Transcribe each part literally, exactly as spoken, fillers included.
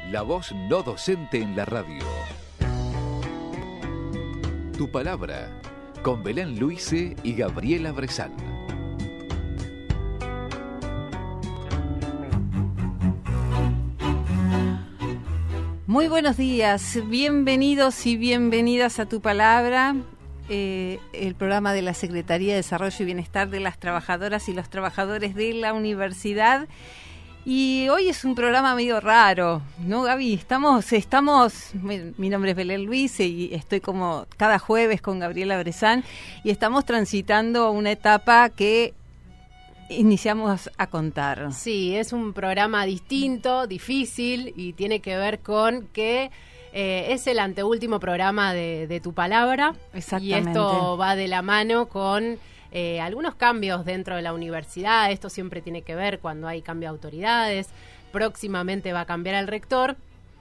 La voz no docente en la radio. Tu palabra, con Belén Luise y Gabriela Bresal. Muy buenos días, bienvenidos y bienvenidas a Tu Palabra, eh, el programa de la Secretaría de Desarrollo y Bienestar de las Trabajadoras y los Trabajadores de la Universidad. Y hoy es un programa medio raro, ¿no, Gaby? Estamos, estamos, mi nombre es Belén Luise y estoy como cada jueves con Gabriela Bresal y estamos transitando una etapa que iniciamos a contar. Sí, es un programa distinto, difícil y tiene que ver con que eh, es el anteúltimo programa de, de Tu Palabra. Exactamente. Y esto va de la mano con eh, algunos cambios dentro de la universidad. Esto siempre tiene que ver cuando hay cambio de autoridades. Próximamente va a cambiar el rector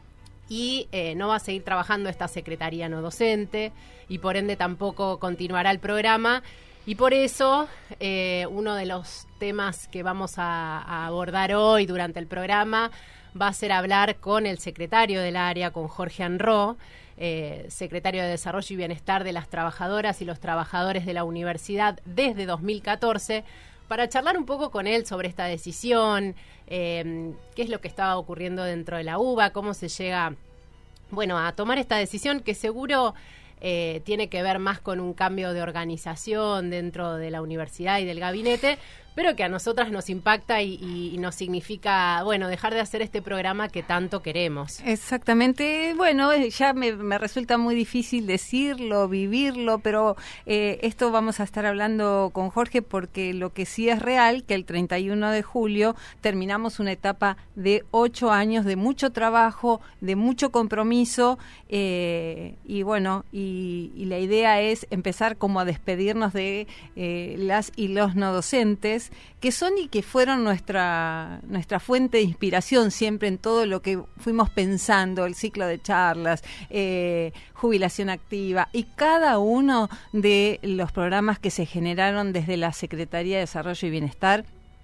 y eh, no va a seguir trabajando esta secretaría no docente y por ende tampoco continuará el programa. Y por eso, eh, uno de los temas que vamos a, a abordar hoy durante el programa va a ser hablar con el secretario del área, con Jorge Anró, eh, secretario de Desarrollo y Bienestar de las Trabajadoras y los Trabajadores de la Universidad desde dos mil catorce, para charlar un poco con él sobre esta decisión, eh, qué es lo que estaba ocurriendo dentro de la UBA, cómo se llega, bueno, a tomar esta decisión que seguro Eh, tiene que ver más con un cambio de organización dentro de la universidad y del gabinete, pero que a nosotras nos impacta y, y, y nos significa, bueno, dejar de hacer este programa que tanto queremos. Exactamente, bueno, ya me, me resulta muy difícil decirlo, vivirlo, pero eh, esto vamos a estar hablando con Jorge porque lo que sí es real, que el treinta y uno de julio terminamos una etapa de ocho años de mucho trabajo, de mucho compromiso, eh, y bueno, y, y la idea es empezar como a despedirnos de eh, las y los no docentes, que son y que fueron nuestra nuestra fuente de inspiración siempre en todo lo que fuimos pensando, el ciclo de charlas, eh, jubilación activa y cada uno de los programas que se generaron desde la Secretaría de Desarrollo y Bienestar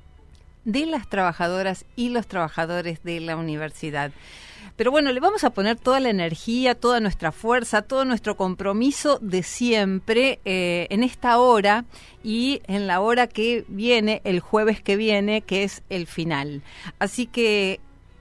de las trabajadoras y los trabajadores de la universidad. Pero bueno, le vamos a poner toda la energía, toda nuestra fuerza, todo nuestro compromiso de siempre eh, en esta hora y en la hora que viene, el jueves que viene, que es el final. Así que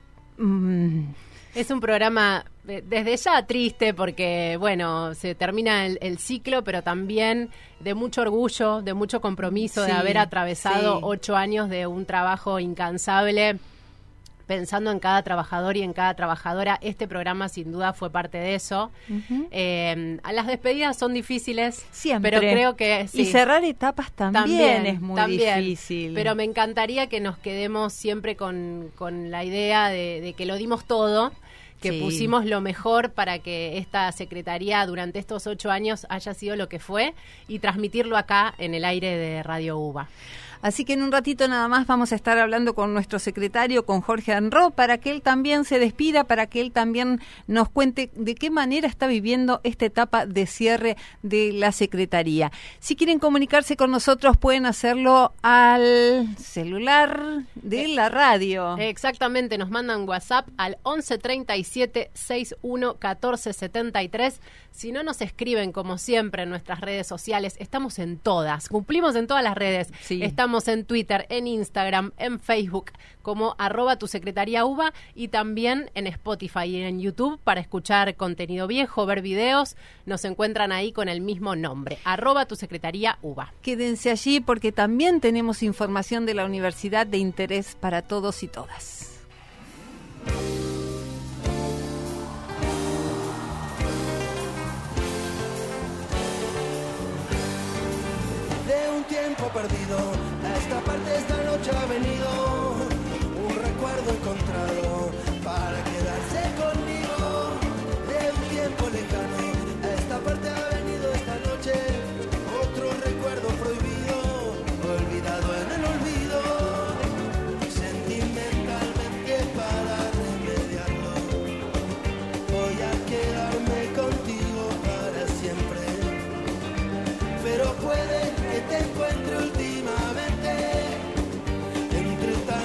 Mmm, es un programa desde ya triste porque, bueno, se termina el, el ciclo, pero también de mucho orgullo, de mucho compromiso, sí, de haber atravesado sí. ocho años de un trabajo incansable, pensando en cada trabajador y en cada trabajadora. Este programa sin duda fue parte de eso. Uh-huh. Eh, las despedidas son difíciles, siempre, pero creo que sí. Y cerrar etapas también, también es muy también, difícil. Pero me encantaría que nos quedemos siempre con, con la idea de, de que lo dimos todo, que sí. pusimos lo mejor para que esta secretaría durante estos ocho años haya sido lo que fue y transmitirlo acá en el aire de Radio UBA. Así que en un ratito nada más vamos a estar hablando con nuestro secretario, con Jorge Anró, para que él también se despida, para que él también nos cuente de qué manera está viviendo esta etapa de cierre de la Secretaría. Si quieren comunicarse con nosotros, pueden hacerlo al celular de la radio. Exactamente, nos mandan WhatsApp al once treinta y siete sesenta y uno catorce setenta y tres. Si no nos escriben, como siempre, en nuestras redes sociales, estamos en todas, cumplimos en todas las redes. Sí. Estamos en Twitter, en Instagram, en Facebook, como arroba tu secretaría UBA y también en Spotify y en YouTube para escuchar contenido viejo, ver videos. Nos encuentran ahí con el mismo nombre, arroba tu secretaría UBA. Quédense allí porque también tenemos información de la universidad de interés para todos y todas. Tiempo perdido, a esta parte esta noche ha venido un recuerdo encontrado para quedarse conmigo. De un tiempo lejano, a esta parte ha venido esta noche otro recuerdo prohibido, olvidado en el olvido, sentimentalmente para remediarlo. Voy a quedarme contigo para siempre, pero puede que te encuentre últimamente entre tantos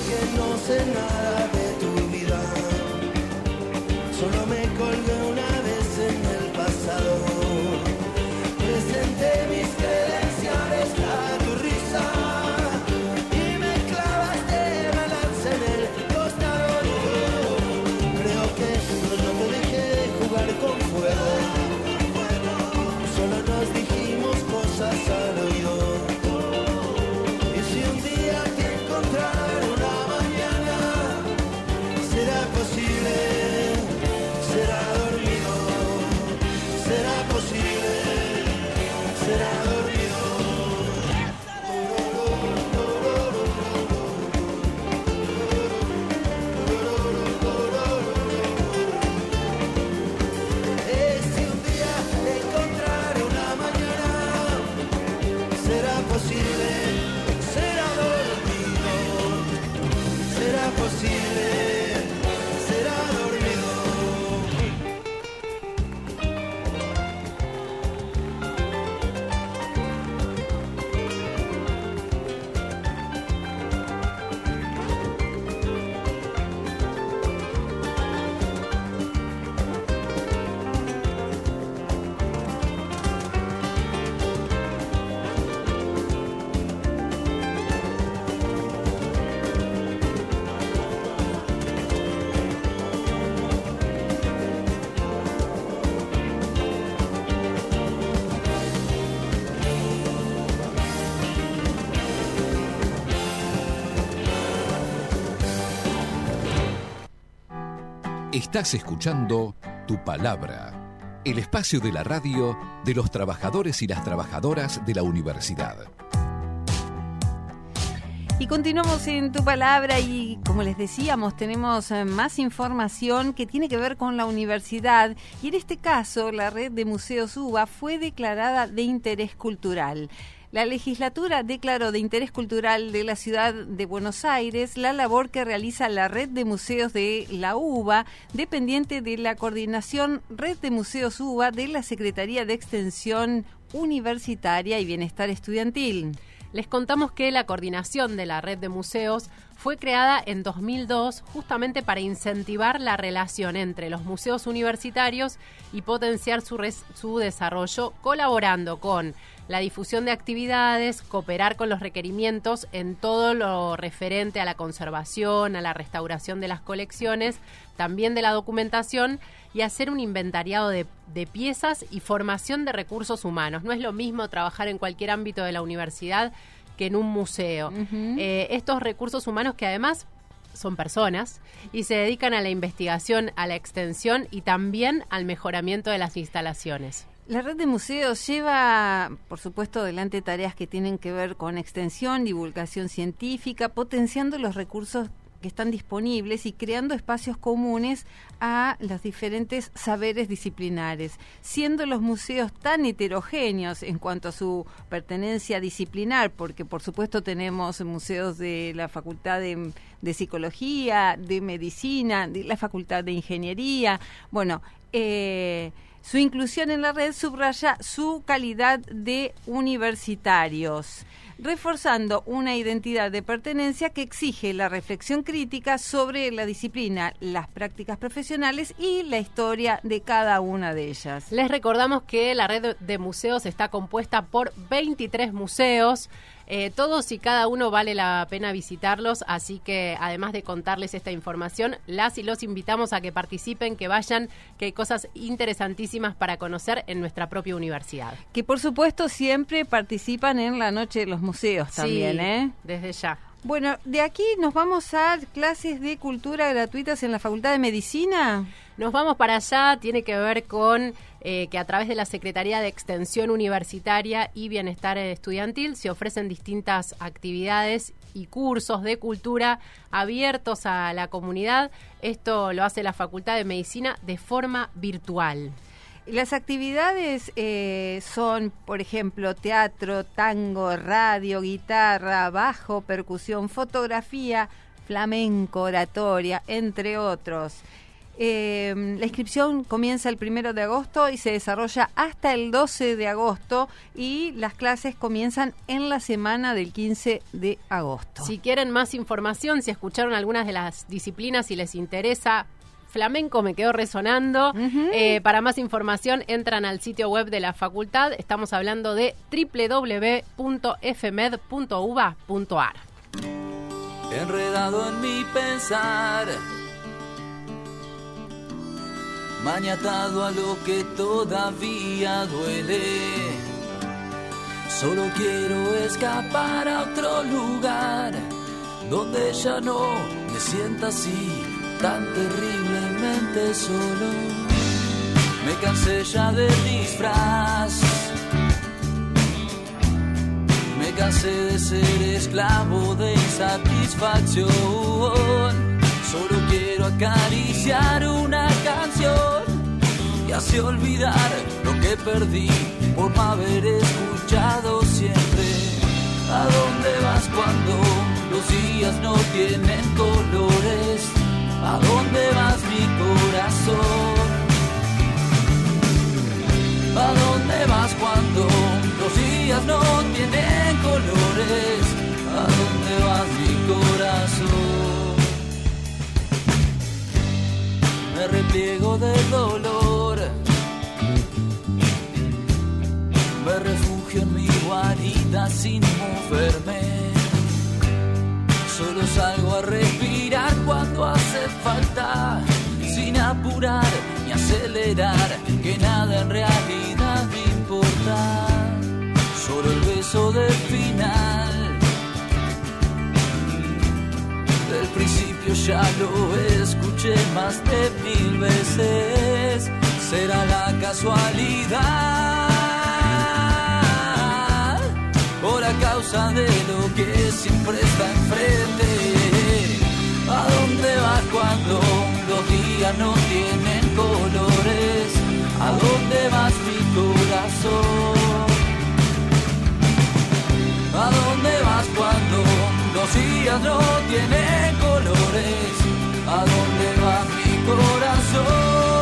que no sé nada de tu vida. Solo me colgué una vez en el pasado. Presenté mis credenciales a tu risa y me clavaste balance en el costado. Creo que no te dejé jugar con fuego. Solo nos dijimos cosas al oído. Y si un día te encontrara una mañana, será posible, será dormido, será posible, será dormido. Eh, si un día te encontrara una mañana, será posible, será dormido, será posible, será dormido. Estás escuchando Tu Palabra, el espacio de la radio de los trabajadores y las trabajadoras de la universidad. Y continuamos en Tu Palabra y, como les decíamos, tenemos eh, más información que tiene que ver con la universidad. Y en este caso, la red de museos UBA fue declarada de interés cultural. La legislatura declaró de interés cultural de la ciudad de Buenos Aires la labor que realiza la red de museos de la UBA, dependiente de la coordinación Red de Museos UBA de la Secretaría de Extensión Universitaria y Bienestar Estudiantil. Les contamos que la coordinación de la red de museos fue creada en dos mil dos justamente para incentivar la relación entre los museos universitarios y potenciar su, res, su desarrollo, colaborando con la difusión de actividades, cooperar con los requerimientos en todo lo referente a la conservación, a la restauración de las colecciones, también de la documentación y hacer un inventariado de, de piezas y formación de recursos humanos. No es lo mismo trabajar en cualquier ámbito de la universidad que en un museo. Uh-huh. Eh, estos recursos humanos que además son personas y se dedican a la investigación, a la extensión y también al mejoramiento de las instalaciones. La red de museos lleva, por supuesto, adelante tareas que tienen que ver con extensión, divulgación científica, potenciando los recursos que están disponibles y creando espacios comunes a los diferentes saberes disciplinares, siendo los museos tan heterogéneos en cuanto a su pertenencia disciplinar, porque por supuesto tenemos museos de la Facultad de, de Psicología, de Medicina, de la Facultad de Ingeniería, bueno, eh, su inclusión en la red subraya su calidad de universitarios, reforzando una identidad de pertenencia que exige la reflexión crítica sobre la disciplina, las prácticas profesionales y la historia de cada una de ellas. Les recordamos que la red de museos está compuesta por veintitrés museos. Eh, todos y cada uno vale la pena visitarlos, así que además de contarles esta información, las y los invitamos a que participen, que vayan, que hay cosas interesantísimas para conocer en nuestra propia universidad. Que por supuesto siempre participan en la Noche de los Museos también, sí, ¿eh? Desde ya. Bueno, de aquí nos vamos a clases de cultura gratuitas en la Facultad de Medicina. Nos vamos para allá, tiene que ver con eh, que a través de la Secretaría de Extensión Universitaria y Bienestar Estudiantil se ofrecen distintas actividades y cursos de cultura abiertos a la comunidad. Esto lo hace la Facultad de Medicina de forma virtual. Las actividades eh, son, por ejemplo, teatro, tango, radio, guitarra, bajo, percusión, fotografía, flamenco, oratoria, entre otros. Eh, la inscripción comienza el primero de agosto y se desarrolla hasta el doce de agosto y las clases comienzan en la semana del quince de agosto. Si quieren más información, si escucharon algunas de las disciplinas y les interesa, flamenco me quedó resonando. Uh-huh. Eh, para más información entran al sitio web de la facultad. Estamos hablando de doble u doble u doble u punto f m e d punto u b a punto a r. Enredado en mi pensar, maniatado a lo que todavía duele. Solo quiero escapar a otro lugar donde ya no me sienta así tan terriblemente solo. Me cansé ya del disfraz, me cansé de ser esclavo de insatisfacción. Solo quiero acariciar una canción y así olvidar lo que perdí por no haber escuchado siempre. ¿A dónde vas cuando los días no tienen colores? ¿A dónde vas mi corazón? ¿A dónde vas cuando los días no tienen colores? ¿A dónde vas mi corazón? Me repliego del dolor, me refugio en mi guarida sin moverme. Solo salgo a respirar cuando hace falta, sin apurar ni acelerar, que nada en realidad me importa. Solo el beso del final, del principio ya lo escuché más de mil veces. Será la casualidad o la causa de lo que siempre está enfrente. ¿A dónde vas cuando los días no tienen colores? ¿A dónde vas mi corazón? ¿A dónde vas cuando los días no tienen colores? ¿A dónde vas mi corazón?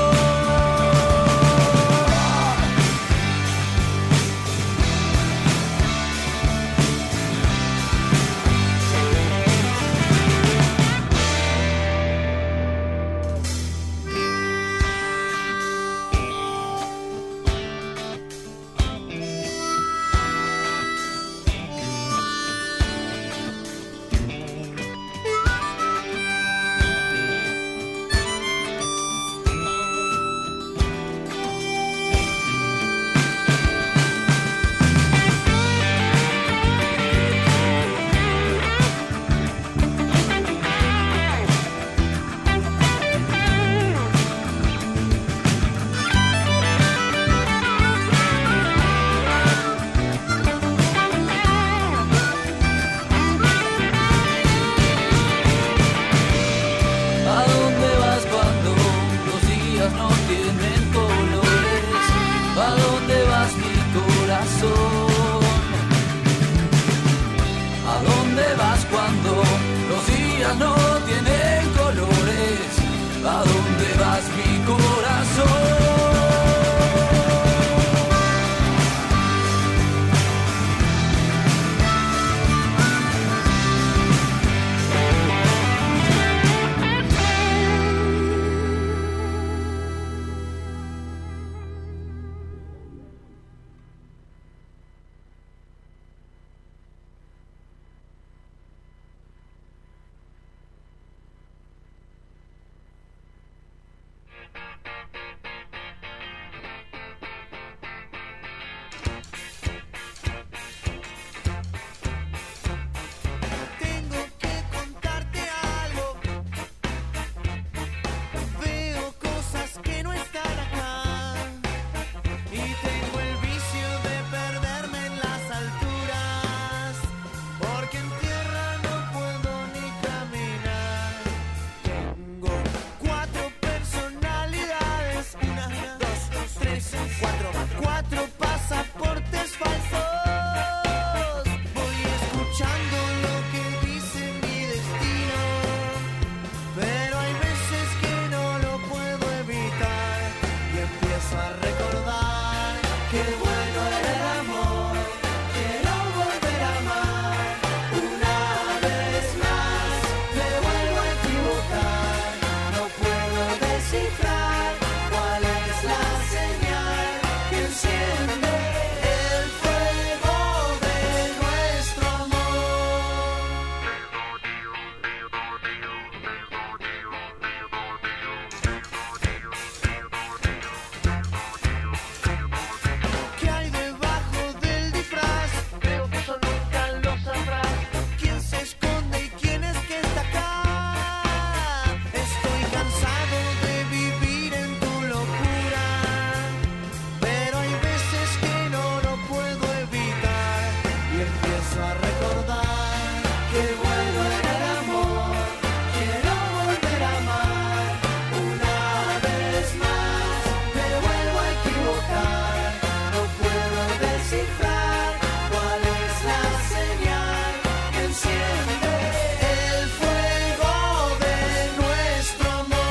que bueno era el amor. Quiero volver a amar una vez más. Me vuelvo a equivocar, no puedo descifrar cuál es la señal que enciende el fuego de nuestro amor.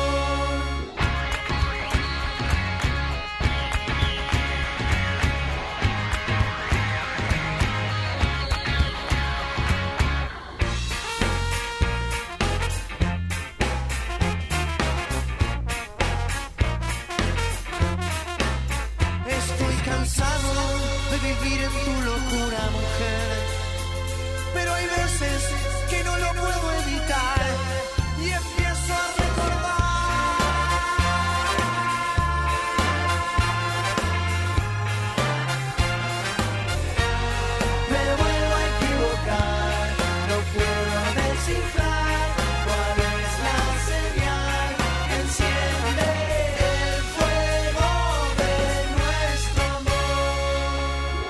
Estoy cansado de vivir en tu locura, mujer, pero hay veces que no lo puedo evitar y empiezo a recordar. Me vuelvo a equivocar, no puedo descifrar cuál es la señal que enciende el fuego de nuestro amor.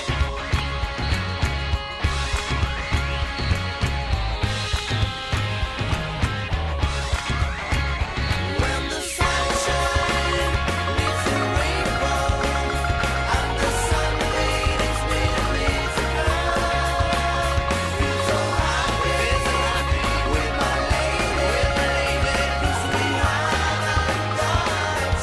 When the sunshine meets the rainbow and the sunlight is really to come, feel so happy with my lady, 'cause we haven't got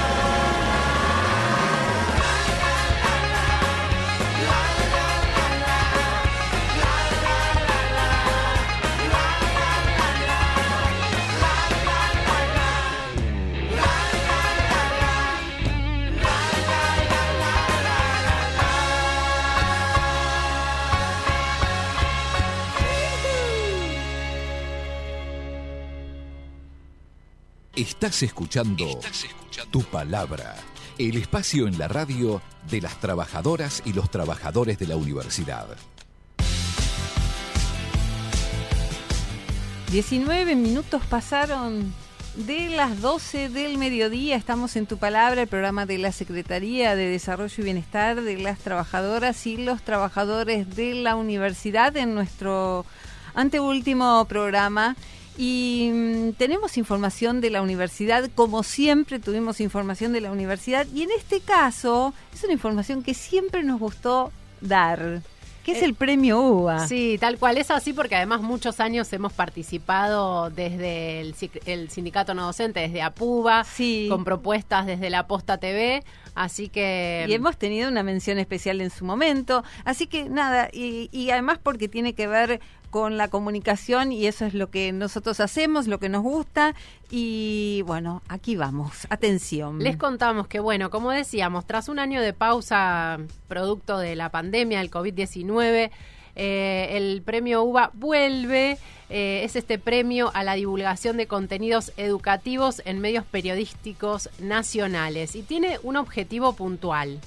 Estás escuchando Tu Palabra, el espacio en la radio de las trabajadoras y los trabajadores de la universidad. diecinueve minutos pasaron de las doce del mediodía. Estamos en Tu Palabra, el programa de la Secretaría de Desarrollo y Bienestar de las Trabajadoras y los Trabajadores de la Universidad en nuestro anteúltimo programa. Y mm, tenemos información de la universidad, como siempre tuvimos información de la universidad, y en este caso es una información que siempre nos gustó dar, que es Eh, el premio U B A. Sí, tal cual, es así porque además muchos años hemos participado desde el, cic- el sindicato no docente, desde APUBA, Sí. con propuestas desde la Posta T V, así que... Y hemos tenido una mención especial en su momento. Así que nada, y, y además porque tiene que ver con la comunicación y eso es lo que nosotros hacemos, lo que nos gusta. Y bueno, aquí vamos. Atención. Les contamos que, bueno, como decíamos, tras un año de pausa producto de la pandemia, el COVID diecinueve, eh, el premio U B A vuelve. Eh, es este premio a la divulgación de contenidos educativos en medios periodísticos nacionales y tiene un objetivo puntual.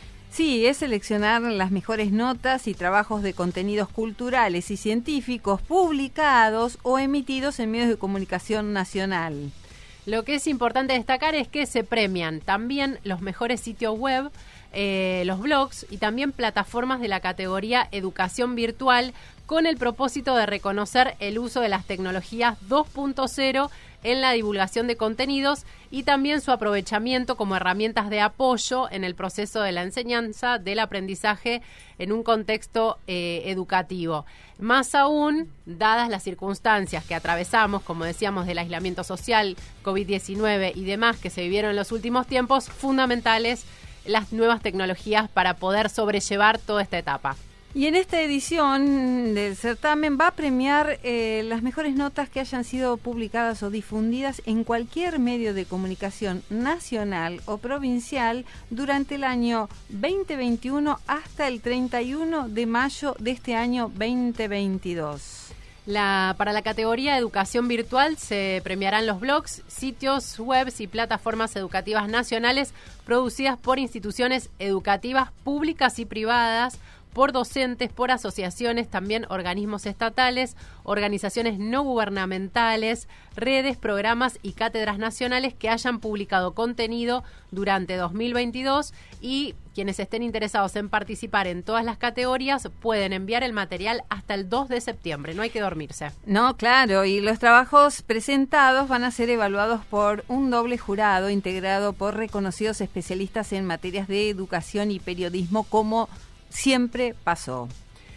Sí, es seleccionar las mejores notas y trabajos de contenidos culturales y científicos publicados o emitidos en medios de comunicación nacional. Lo que es importante destacar es que se premian también los mejores sitios web, eh, los blogs y también plataformas de la categoría educación virtual con el propósito de reconocer el uso de las tecnologías dos punto cero en la divulgación de contenidos y también su aprovechamiento como herramientas de apoyo en el proceso de la enseñanza, del aprendizaje en un contexto eh, educativo. Más aún, dadas las circunstancias que atravesamos, como decíamos, del aislamiento social, COVID diecinueve y demás que se vivieron en los últimos tiempos, fundamentales las nuevas tecnologías para poder sobrellevar toda esta etapa. Y en esta edición del certamen va a premiar eh, las mejores notas que hayan sido publicadas o difundidas en cualquier medio de comunicación nacional o provincial durante el año veinte veintiuno hasta el treinta y uno de mayo de este año veinte veintidós. La, para la categoría Educación Virtual se premiarán los blogs, sitios web y plataformas educativas nacionales producidas por instituciones educativas públicas y privadas por docentes, por asociaciones, también organismos estatales, organizaciones no gubernamentales, redes, programas y cátedras nacionales que hayan publicado contenido durante dos mil veintidós, y quienes estén interesados en participar en todas las categorías pueden enviar el material hasta el dos de septiembre, no hay que dormirse. No, claro, y los trabajos presentados van a ser evaluados por un doble jurado integrado por reconocidos especialistas en materias de educación y periodismo, como siempre pasó.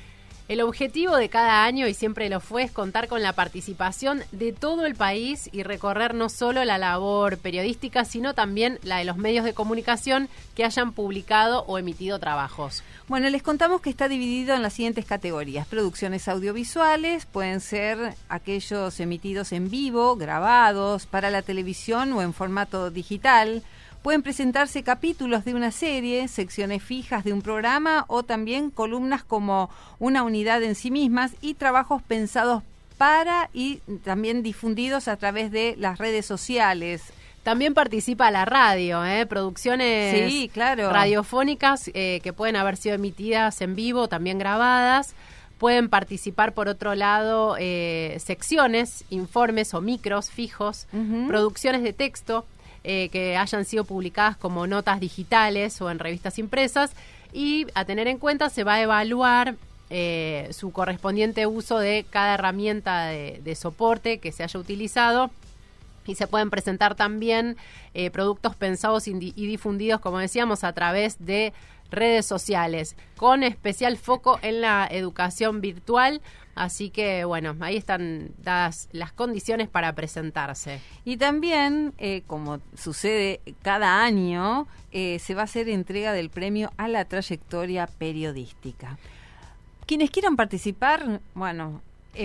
El objetivo de cada año, y siempre lo fue, es contar con la participación de todo el país y recorrer no solo la labor periodística, sino también la de los medios de comunicación que hayan publicado o emitido trabajos. Bueno, les contamos que está dividido en las siguientes categorías. Producciones audiovisuales, pueden ser aquellos emitidos en vivo, grabados, para la televisión o en formato digital. Pueden presentarse capítulos de una serie, secciones fijas de un programa o también columnas como una unidad en sí mismas, y trabajos pensados para y también difundidos a través de las redes sociales. También participa la radio, ¿eh? Producciones sí, claro. radiofónicas eh, que pueden haber sido emitidas en vivo, también grabadas. Pueden participar, por otro lado, eh, secciones, informes o micros fijos, uh-huh. producciones de texto, Eh, que hayan sido publicadas como notas digitales o en revistas impresas, y a tener en cuenta se va a evaluar eh, su correspondiente uso de cada herramienta de, de soporte que se haya utilizado, y se pueden presentar también eh, productos pensados y, y difundidos, como decíamos, a través de redes sociales, con especial foco en la educación virtual. Así que, bueno, ahí están dadas las condiciones para presentarse. Y también, eh, como sucede cada año, eh, se va a hacer entrega del premio a la trayectoria periodística. Quienes quieran participar, bueno,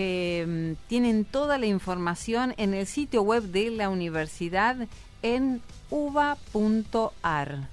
eh, tienen toda la información en el sitio web de la universidad en uva punto ar.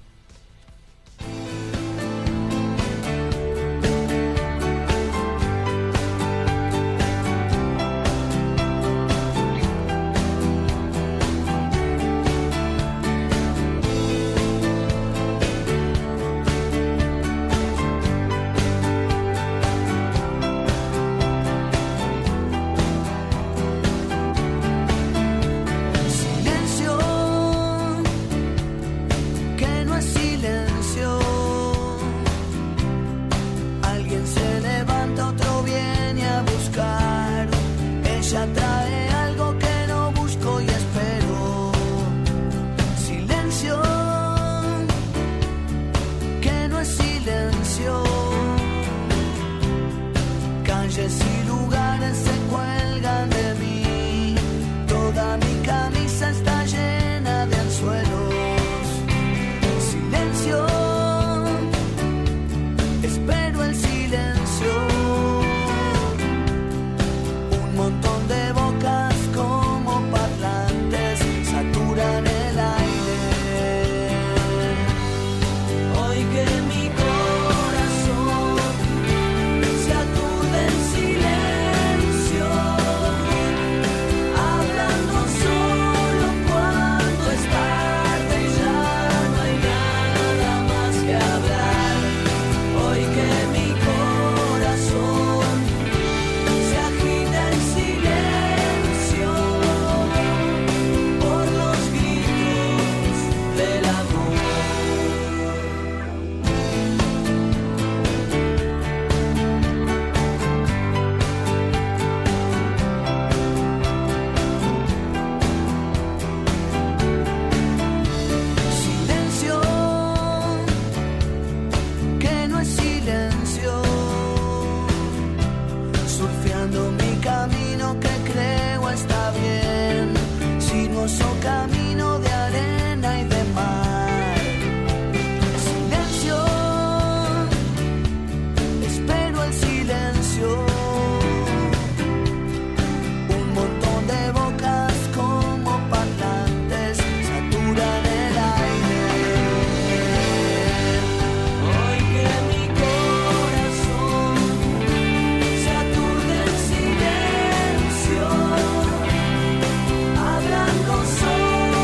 Hablando solo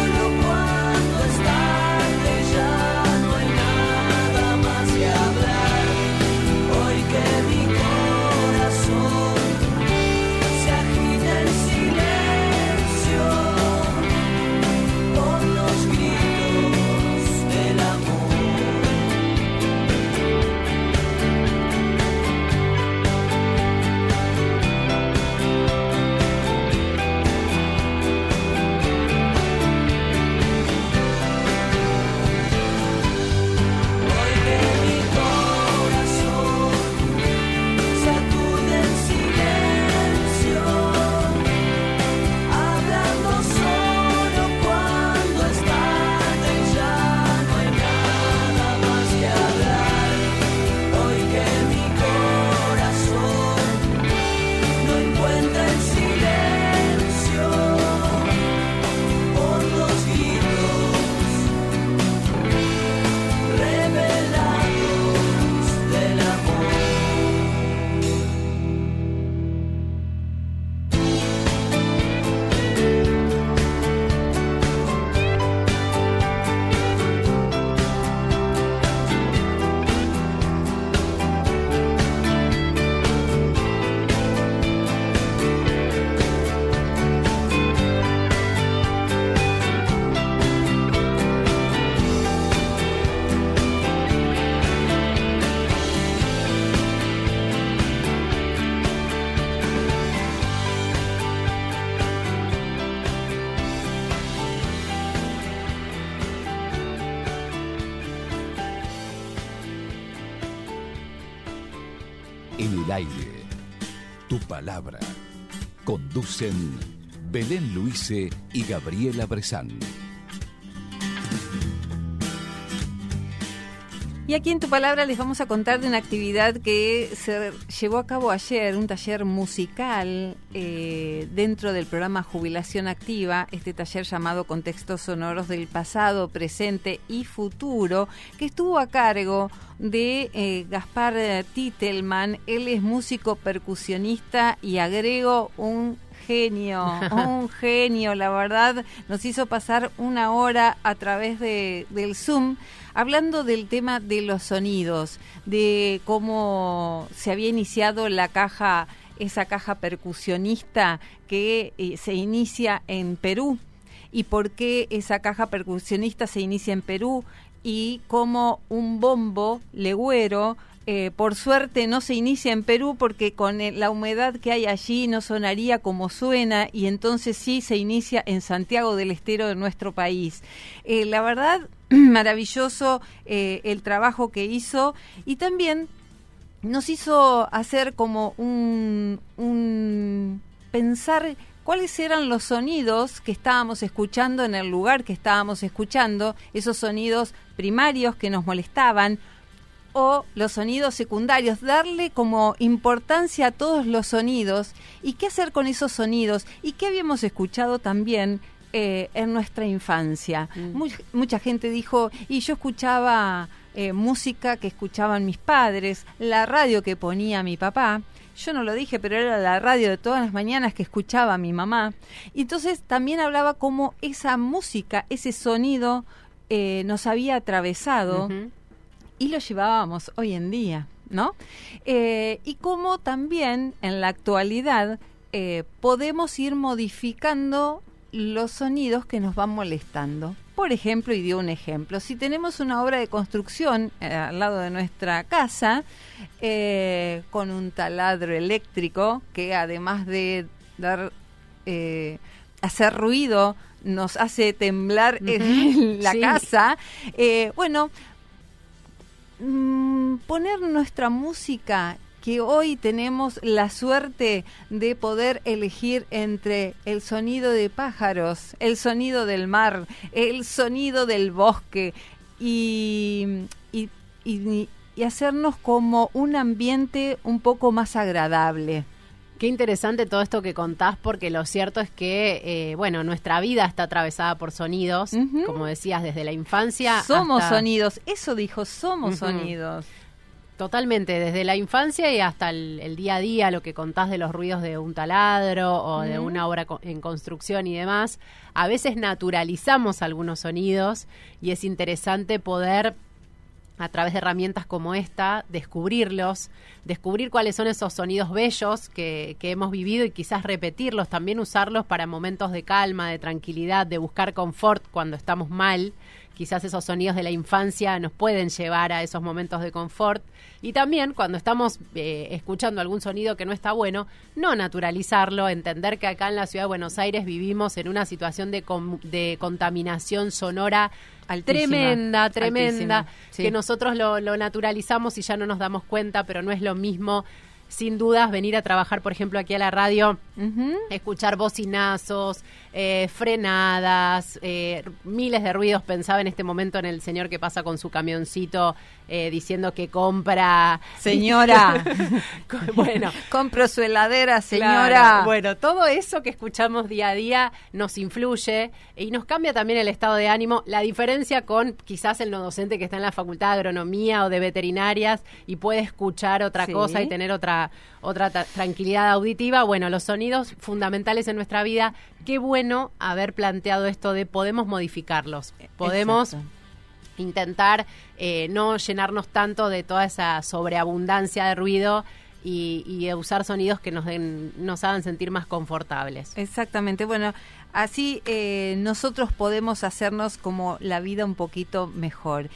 el aire. Tu palabra. Conducen Belén Luise y Gabriela Bresán. Y aquí en Tu Palabra les vamos a contar de una actividad que se llevó a cabo ayer, un taller musical eh, dentro del programa Jubilación Activa, este taller llamado Contextos Sonoros del Pasado, Presente y Futuro, que estuvo a cargo de eh, Gaspar Titelman. Él es músico percusionista y agrego un genio, un genio, la verdad, nos hizo pasar una hora a través de, del Zoom, hablando del tema de los sonidos, de cómo se había iniciado la caja, esa caja percusionista que eh, se inicia en Perú, y por qué esa caja percusionista se inicia en Perú, y cómo un bombo legüero Eh, por suerte no se inicia en Perú, porque con el, la humedad que hay allí no sonaría como suena, y entonces sí se inicia en Santiago del Estero, de nuestro país. Eh, la verdad, maravilloso eh, el trabajo que hizo, y también nos hizo hacer como un, un pensar cuáles eran los sonidos que estábamos escuchando en el lugar que estábamos escuchando, esos sonidos primarios que nos molestaban, o los sonidos secundarios, darle como importancia a todos los sonidos y qué hacer con esos sonidos y qué habíamos escuchado también eh, en nuestra infancia. Mm. Muy, mucha gente dijo, y yo escuchaba eh, música que escuchaban mis padres, la radio que ponía mi papá. Yo no lo dije, pero era la radio de todas las mañanas que escuchaba mi mamá. Y entonces también hablaba cómo esa música, ese sonido eh, nos había atravesado. Uh-huh. Y lo llevábamos hoy en día, ¿no? Eh, y cómo también en la actualidad eh, podemos ir modificando los sonidos que nos van molestando. Por ejemplo, y dio un ejemplo, si tenemos una obra de construcción eh, al lado de nuestra casa, eh, con un taladro eléctrico que además de dar eh, hacer ruido, nos hace temblar uh-huh. en la sí. casa, eh, bueno... poner nuestra música, que hoy tenemos la suerte de poder elegir entre el sonido de pájaros, el sonido del mar, el sonido del bosque, y, y, y, y hacernos como un ambiente un poco más agradable. Qué interesante todo esto que contás, porque lo cierto es que, eh, bueno, nuestra vida está atravesada por sonidos, uh-huh. como decías, desde la infancia. Somos hasta... sonidos, eso dijo, somos uh-huh. sonidos. Totalmente, desde la infancia y hasta el, el día a día, lo que contás de los ruidos de un taladro o uh-huh. de una obra co- en construcción y demás. A veces naturalizamos algunos sonidos y es interesante poder, a través de herramientas como esta, descubrirlos, descubrir cuáles son esos sonidos bellos que, que hemos vivido y quizás repetirlos, también usarlos para momentos de calma, de tranquilidad, de buscar confort cuando estamos mal. Quizás esos sonidos de la infancia nos pueden llevar a esos momentos de confort. Y también cuando estamos eh, escuchando algún sonido que no está bueno, no naturalizarlo, entender que acá en la ciudad de Buenos Aires vivimos en una situación de, com- de contaminación sonora altísima, tremenda, tremenda, sí. que nosotros lo, lo naturalizamos y ya no nos damos cuenta, pero no es lo mismo. Sin dudas, venir a trabajar, por ejemplo, aquí a la radio, uh-huh. escuchar bocinazos, eh, frenadas, eh, miles de ruidos. Pensaba en este momento en el señor que pasa con su camioncito eh, diciendo que compra... Señora, bueno, compro su heladera, señora. Claro. Bueno, todo eso que escuchamos día a día nos influye y nos cambia también el estado de ánimo. La diferencia con quizás el no docente que está en la Facultad de Agronomía o de Veterinarias y puede escuchar otra sí. cosa y tener otra otra tra- tranquilidad auditiva. Bueno, los sonidos fundamentales en nuestra vida. Qué bueno haber planteado esto de podemos modificarlos, podemos Exacto. intentar eh, no llenarnos tanto de toda esa sobreabundancia de ruido y, y usar sonidos que nos den, nos hagan sentir más confortables. Exactamente, bueno, así eh, nosotros podemos hacernos como la vida un poquito mejor.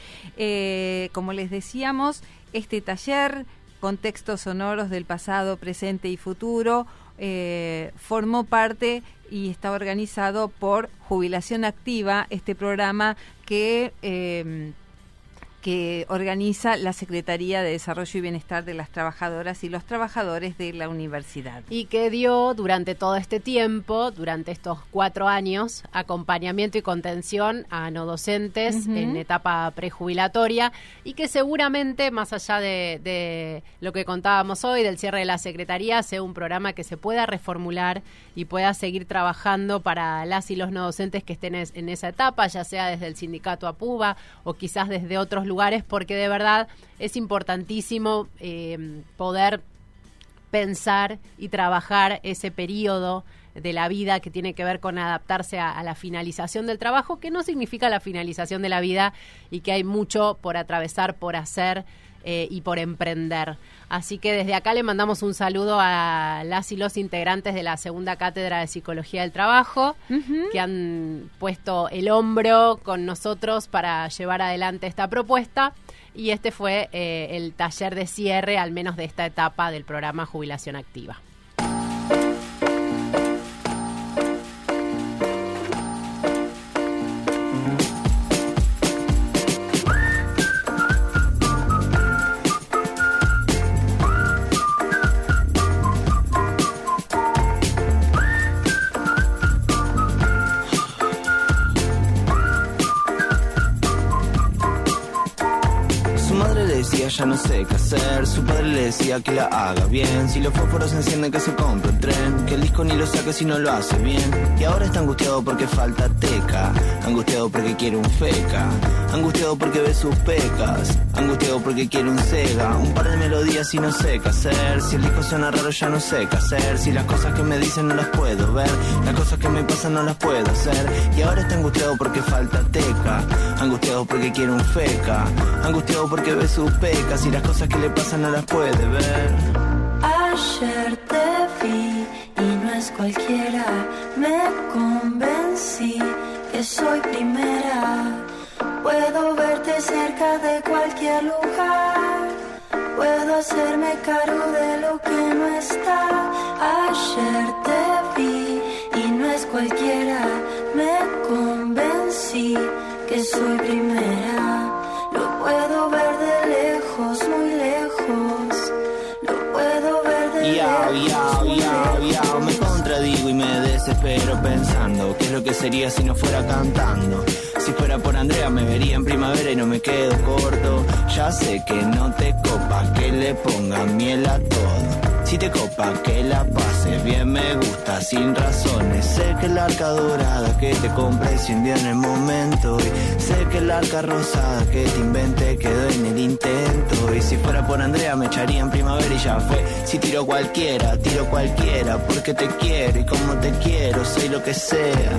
Eh, como les decíamos, este taller Contextos Sonoros del Pasado, Presente y Futuro eh, formó parte y está organizado por Jubilación Activa, este programa que eh, que organiza la Secretaría de Desarrollo y Bienestar de las Trabajadoras y los Trabajadores de la Universidad. Y que dio durante todo este tiempo, durante estos cuatro años, acompañamiento y contención a no docentes uh-huh. en etapa prejubilatoria, y que seguramente, más allá de, de lo que contábamos hoy, del cierre de la Secretaría, sea un programa que se pueda reformular y pueda seguir trabajando para las y los no docentes que estén en esa etapa, ya sea desde el sindicato APUBA o quizás desde otros lugares, porque de verdad es importantísimo eh, poder pensar y trabajar ese periodo de la vida que tiene que ver con adaptarse a, a la finalización del trabajo, que no significa la finalización de la vida, y que hay mucho por atravesar, por hacer eh, y por emprender. Así que desde acá le mandamos un saludo a las y los integrantes de la segunda cátedra de Psicología del Trabajo, uh-huh. que han puesto el hombro con nosotros para llevar adelante esta propuesta. Y este fue eh, el taller de cierre, al menos de esta etapa del programa Jubilación Activa. Ya no sé qué hacer, su padre le decía que la haga bien. Si los fósforos se encienden, que se compre un tren, que el disco ni lo saque si no lo hace bien. Y ahora está angustiado porque falta teca, angustiado porque quiere un feca, angustiado porque ve sus pecas, angustiado porque quiere un Sega, un par de melodías y no sé qué hacer. Si el disco suena raro ya no sé qué hacer, si las cosas que me dicen no las puedo ver, las cosas que me pasan no las puedo hacer. Y ahora está angustiado porque falta teca, angustiado porque quiere un feca, angustiado porque ve sus pecas, y las cosas que le pasan no las puede ver. Ayer te vi y no es cualquiera, me convencí que soy primera. Puedo verte cerca de cualquier lugar, puedo hacerme cargo de lo que no está. Ayer te vi y no es cualquiera, me convencí que soy primera. Lo puedo ver de lejos, muy lejos. Lo puedo ver de Yao, lejos, yao, muy yao, lejos. yao. Me contradigo y me desespero pensando qué es lo que sería si no fuera cantando. Si fuera por Andrea me vería en primavera y no me quedo corto. Ya sé que no te copa que le ponga miel a todo. Si te copa que la pases bien, me gusta sin razones. Sé que la arca dorada que te compré se hundió en el momento, y sé que la arca rosada que te inventé quedó en el intento. Y si fuera por Andrea me echaría en primavera y ya fue. Si tiro cualquiera, tiro cualquiera, porque te quiero y como te quiero, soy lo que sea.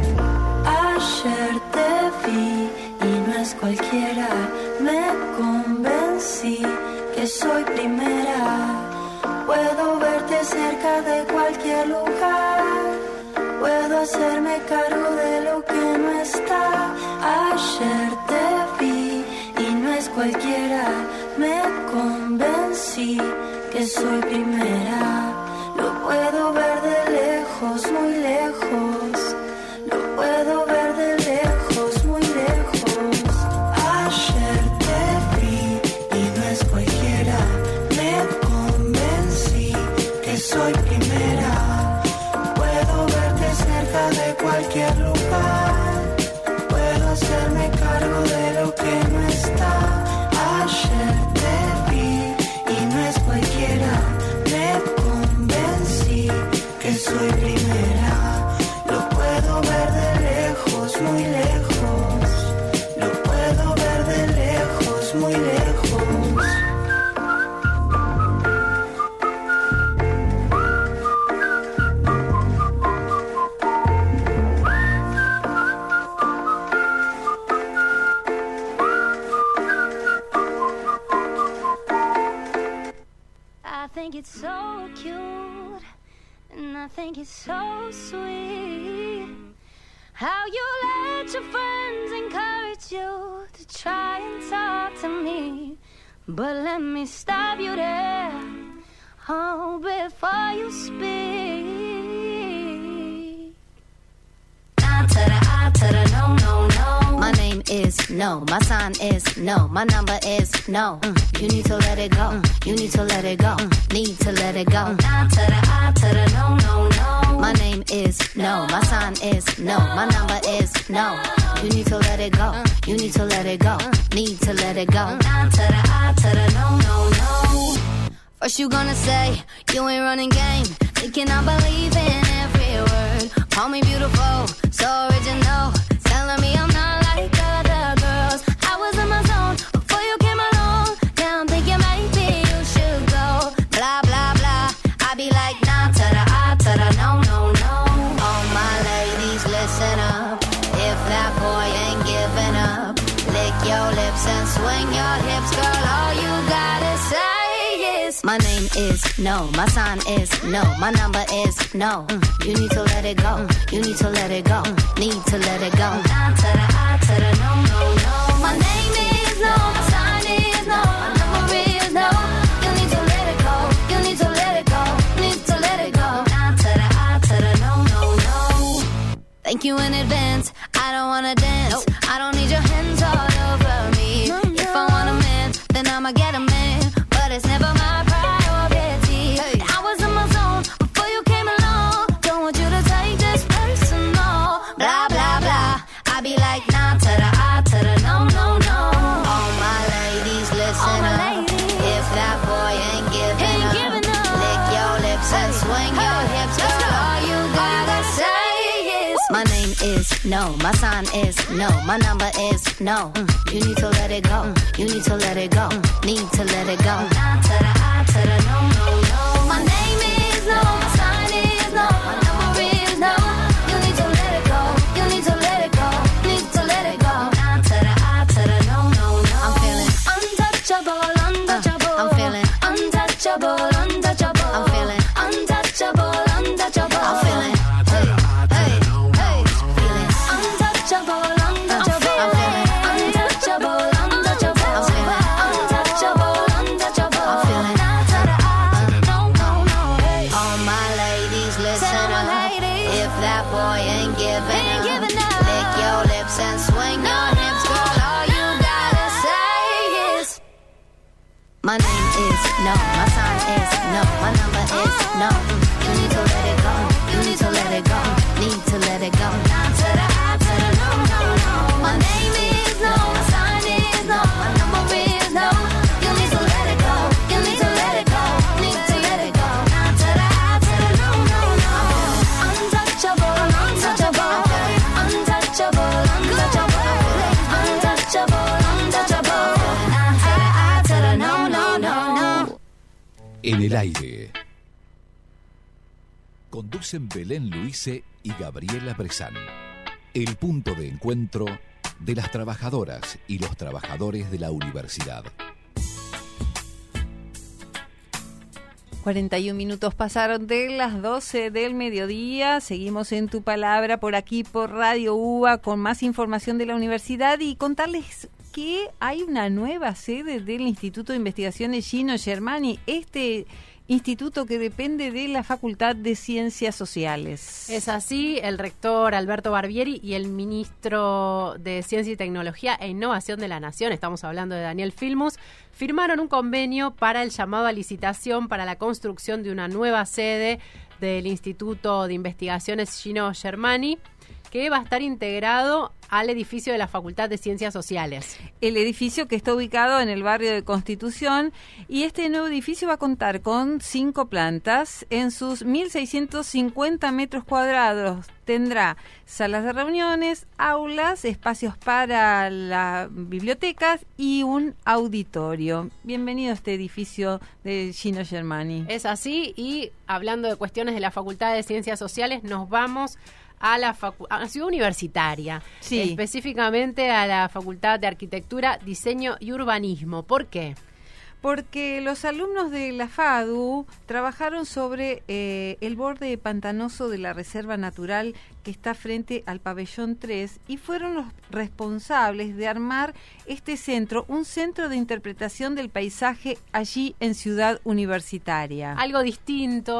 Ayer te vi y no es cualquiera, me convencí que soy primera. Puedo verte cerca de cualquier lugar, puedo hacerme cargo de lo que no está. Ayer te vi y no es cualquiera, me convencí que soy primera. Lo puedo ver de lejos, muy lejos. Lo puedo ver de lejos, muy lejos. Ayer te vi y no es cualquiera, me convencí que soy primera. Puedo verte cerca de cualquier lugar, puedo hacerme cargo de lo que no está. Ayer te vi y no es cualquiera, me convencí que soy primera. Lo puedo ver de lejos, muy lejos. Lo puedo ver de lejos, muy lejos. I think it's so cute, and I think it's so sweet how you let your friends encourage you to try and talk to me. But let me stop you there, oh, before you speak. Ah, to the I to the no, no, no. My name is is no. My sign is no. My number is no. Mm. You need to let it go. Mm. You need to let it go. Mm. Need to let it go. Mm. Nah to the I to the no, no, no. My name is no. My sign is no. My number is no. You need to let it go. Mm. You need to let it go. Mm. Need to let it go. Mm. Nah to the I to the no, no, no. First you gonna say you ain't running game, thinking I believe in every word. Call me beautiful, so original, telling me I'm not like other girls. I was in my zone before you came along. Now I'm thinking maybe you should go. Blah blah blah. I be like nah to the I to the no no no. All my ladies listen up. If that boy ain't giving up, lick your lips and swing your hips, girl. All you gotta say. My name is no, my sign is no, my number is no. Mm. You need to let it go, mm. You need to let it go, mm. Need to let it go. Nah to the I to the no, no, no. My name is no, my sign is no, my number is no. You need to let it go, you need to let it go, need to let it go. Nah to the I to the no, no, no. Thank you in advance, I don't wanna dance. Nope. I don't need your hands all over me. No, no. If I want a man, then I'ma get a man. But it's never my priority. Hey. I was in my zone before you came along. Don't want you to take this personal. Blah, blah, blah. I be like, nah to the I to the no, no, no. All my ladies, listen my up. Ladies. If that boy ain't giving, ain't up, giving up, lick your lips hey. And swing hey. Your hips. Girl, go. All you gotta say is my name is no, my sign is no, my number is no. Mm. You need to let it go, mm. You need to let it go, mm. Need to let it go. Nah to the I to the no, no, no. My name is no, my sign is no, my number is no. You need to let it go, you need to let it go, need to let it go. Nah to the I to the no, no, no. I'm feeling untouchable, untouchable. Uh, I'm feeling untouchable, untouchable. I'm feeling untouchable, untouchable. I'm feeling. My name is no, my sign is no, my number is no. You need to let it go, you need to let it go, need to let it go. Nah to the I to the no, no, no. My name is no, my sign is no, my number is no. You need to let it go, you need to let it go, need to let it go. Nah to the I to the no, no, no. Untouchable, untouchable, untouchable, untouchable, untouchable, untouchable. En el aire. Conducen Belén Luise y Gabriela Bresán. El punto de encuentro de las trabajadoras y los trabajadores de la universidad. cuarenta y un minutos pasaron de las doce del mediodía. Seguimos en Tu Palabra por aquí por Radio UBA con más información de la universidad y contarles que hay una nueva sede del Instituto de Investigaciones Gino Germani, este instituto que depende de la Facultad de Ciencias Sociales. Es así, el rector Alberto Barbieri y el ministro de Ciencia y Tecnología e Innovación de la Nación, estamos hablando de Daniel Filmus, firmaron un convenio para el llamado a licitación para la construcción de una nueva sede del Instituto de Investigaciones Gino Germani, que va a estar integrado al edificio de la Facultad de Ciencias Sociales. El edificio que está ubicado en el barrio de Constitución, y este nuevo edificio va a contar con cinco plantas en sus mil seiscientos cincuenta metros cuadrados. Tendrá salas de reuniones, aulas, espacios para las bibliotecas y un auditorio. Bienvenido a este edificio de Gino Germani. Es así, y hablando de cuestiones de la Facultad de Ciencias Sociales, nos vamos a la, facu- a la ciudad universitaria, sí. Específicamente a la Facultad de Arquitectura, Diseño y Urbanismo. ¿Por qué? Porque los alumnos de la FADU trabajaron sobre eh, el borde pantanoso de la reserva natural que está frente al pabellón tres y fueron los responsables de armar este centro, un centro de interpretación del paisaje allí en Ciudad Universitaria. Algo distinto,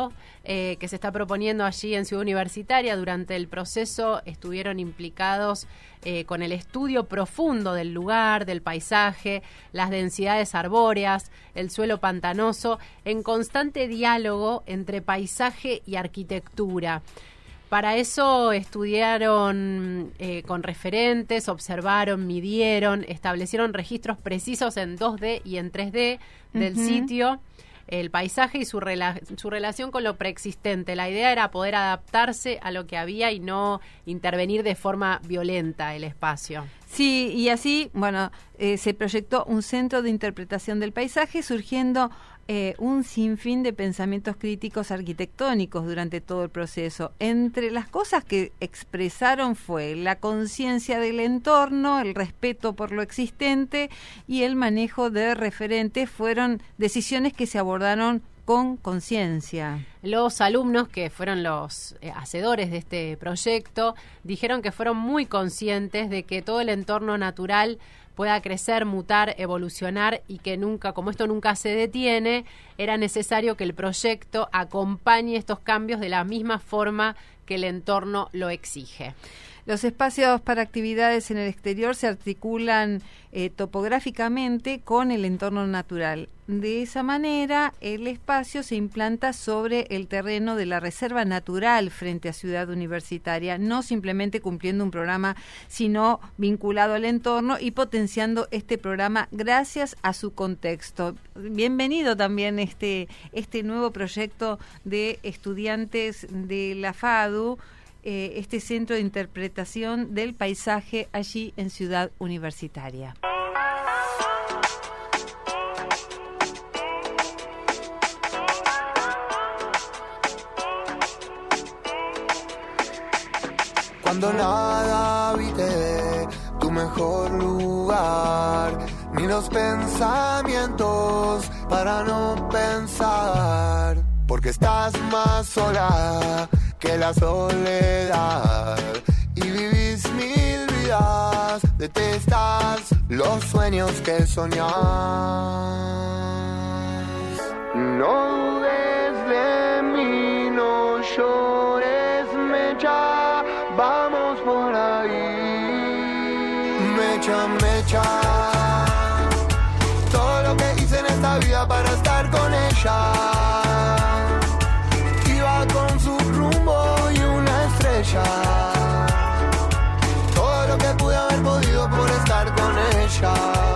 eh, que se está proponiendo allí en Ciudad Universitaria. Durante el proceso estuvieron implicados eh, con el estudio profundo del lugar, del paisaje, las densidades arbóreas, el suelo pantanoso, en constante diálogo entre paisaje y arquitectura. Para eso estudiaron eh, con referentes, observaron, midieron, establecieron registros precisos en dos D y en tres D del uh-huh. sitio, el paisaje y su, rela- su relación con lo preexistente. La idea era poder adaptarse a lo que había y no intervenir de forma violenta el espacio. Sí, y así, bueno, eh, se proyectó un centro de interpretación del paisaje, surgiendo Eh, un sinfín de pensamientos críticos arquitectónicos durante todo el proceso. Entre las cosas que expresaron fue la conciencia del entorno, el respeto por lo existente y el manejo de referentes. Fueron decisiones que se abordaron con conciencia. Los alumnos, que fueron los eh, hacedores de este proyecto, dijeron que fueron muy conscientes de que todo el entorno natural pueda crecer, mutar, evolucionar y que nunca, como esto nunca se detiene, era necesario que el proyecto acompañe estos cambios de la misma forma que el entorno lo exige. Los espacios para actividades en el exterior se articulan eh, topográficamente con el entorno natural. De esa manera, el espacio se implanta sobre el terreno de la reserva natural frente a Ciudad Universitaria, no simplemente cumpliendo un programa, sino vinculado al entorno y potenciando este programa gracias a su contexto. Bienvenido también este, este nuevo proyecto de estudiantes de la FADU, Eh, este centro de interpretación del paisaje allí en Ciudad Universitaria. Cuando nada habite tu mejor lugar, ni los pensamientos para no pensar, porque estás más sola que la soledad y vivís mil vidas, detestas los sueños que soñás. No dudes de mí, no llores, mecha, vamos por ahí. Mecha, mecha, todo lo que hice en esta vida para estar con ella. Con su rumbo y una estrella, todo lo que pude haber podido por estar con ella.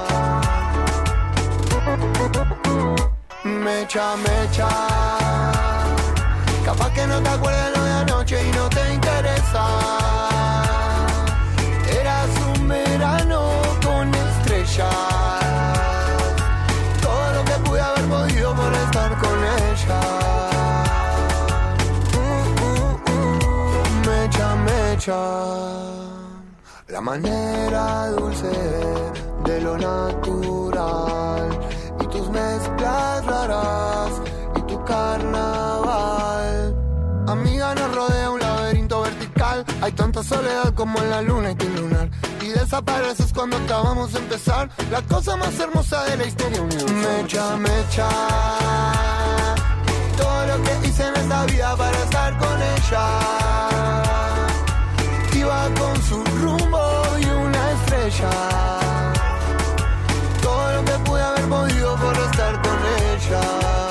Mecha, mecha, capaz que no te acuerdas lo de anoche y no te interesa. Eras un verano con estrellas, todo lo que pude haber podido por estar con ella. Mecha, la manera dulce de lo natural y tus mezclas raras y tu carnaval. Amiga, nos rodea un laberinto vertical, hay tanta soledad como en la luna y tu lunar, y desapareces cuando acabamos de empezar la cosa más hermosa de la historia universal. Mecha, mecha, todo lo que hice en esta vida para estar con ella. Iba con su rumbo y una estrella, todo lo que pude haber podido por estar con ella.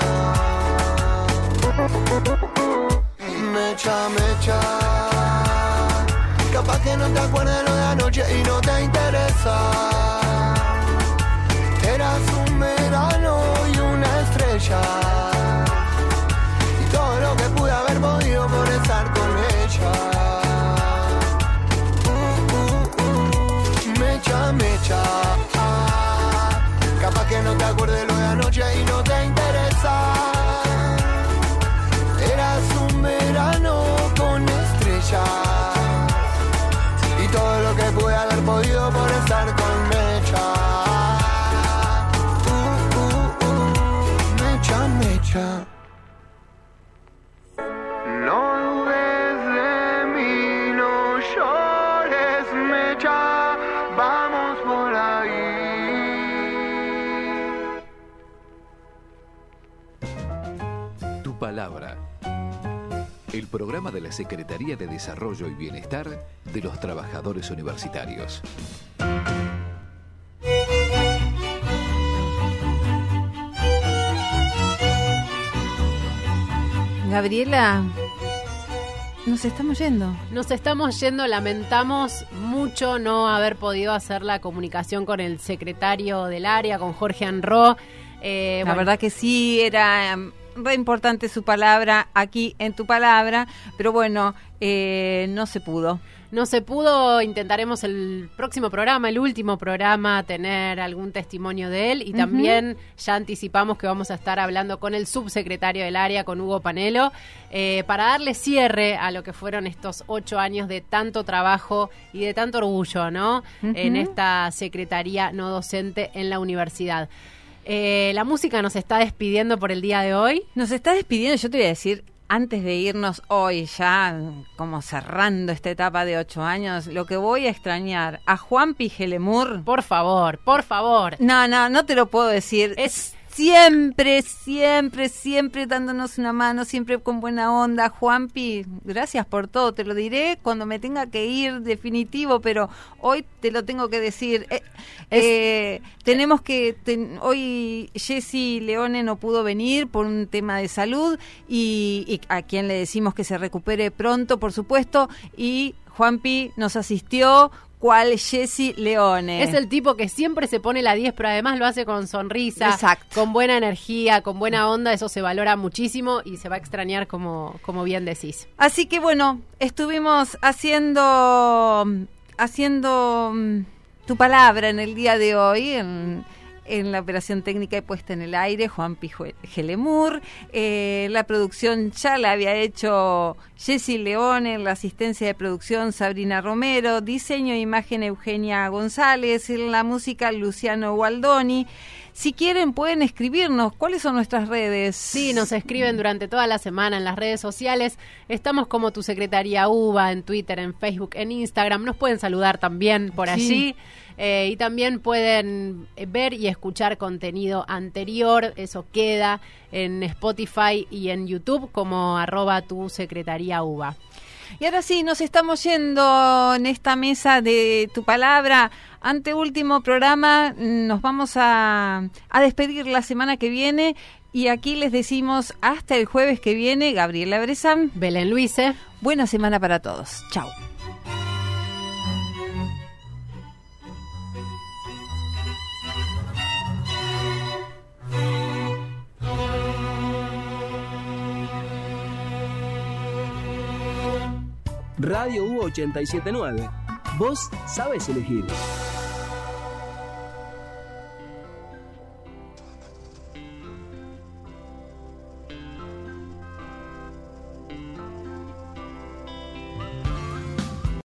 Mecha, mecha, capaz que no te acuerdas lo de anoche y no te interesa. Eras un verano y una estrella, y todo lo que pude haber podido por estar con ella. Mecha, mecha, capaz que no te acuerdes lo de anoche y no te interesa. Eras un verano con estrellas, y todo lo que pude haber podido por estar con Mecha. Uh, uh, uh, mecha, mecha. No dudes de mí, no llores, Mecha. Vamos por ahí. Tu palabra, el programa de la Secretaría de Desarrollo y Bienestar de los Trabajadores Universitarios. Gabriela, nos estamos yendo. Nos estamos yendo, lamentamos mucho no haber podido hacer la comunicación con el secretario del área, con Jorge Anró. Eh, la bueno. verdad que sí, era um, re importante su palabra aquí en Tu Palabra, pero bueno, eh, no se pudo. No se pudo, intentaremos el próximo programa, el último programa, tener algún testimonio de él y uh-huh. también ya anticipamos que vamos a estar hablando con el subsecretario del área, con Hugo Panelo, eh, para darle cierre a lo que fueron estos ocho años de tanto trabajo y de tanto orgullo, ¿no? Uh-huh. En esta secretaría no docente en la universidad. Eh, la música nos está despidiendo por el día de hoy. Nos está despidiendo, yo te voy a decir, antes de irnos hoy, ya como cerrando esta etapa de ocho años, lo que voy a extrañar a Juanpi Gelemur. Por favor, por favor. No, no, no te lo puedo decir. Es siempre, siempre, siempre dándonos una mano, siempre con buena onda. Juanpi, gracias por todo. Te lo diré cuando me tenga que ir definitivo, pero hoy te lo tengo que decir. Eh, es, eh, tenemos que... Ten, hoy Jessy Leone no pudo venir por un tema de salud y, y a quien le decimos que se recupere pronto, por supuesto, y Juanpi nos asistió. ¿Cuál Jessy Leone? Es el tipo que siempre se pone la diez, pero además lo hace con sonrisa, exacto, con buena energía, con buena onda. Eso se valora muchísimo y se va a extrañar, como, como bien decís. Así que bueno, estuvimos haciendo, haciendo Tu Palabra en el día de hoy, en... en la operación técnica y puesta en el aire, Juanpi Gelemur. Eh, la producción ya la había hecho Jessy Leone, en la asistencia de producción Sabrina Romero, diseño e imagen Eugenia González, en la música Luciano Gualdoni. Si quieren pueden escribirnos. ¿Cuáles son nuestras redes? Sí, nos escriben durante toda la semana en las redes sociales. Estamos como Tu Secretaría UBA en Twitter, en Facebook, en Instagram. Nos pueden saludar también por allí. Sí. Eh, y también pueden ver y escuchar contenido anterior. Eso queda en Spotify y en YouTube como arroba Tu Secretaría UBA. Y ahora sí, nos estamos yendo en esta mesa de Tu Palabra. Anteúltimo programa, nos vamos a, a despedir la semana que viene. Y aquí les decimos hasta el jueves que viene. Gabriela Brezán, Belén Luise. Buena semana para todos. Chau. Radio U ochenta y siete punto nueve. Vos sabés elegir.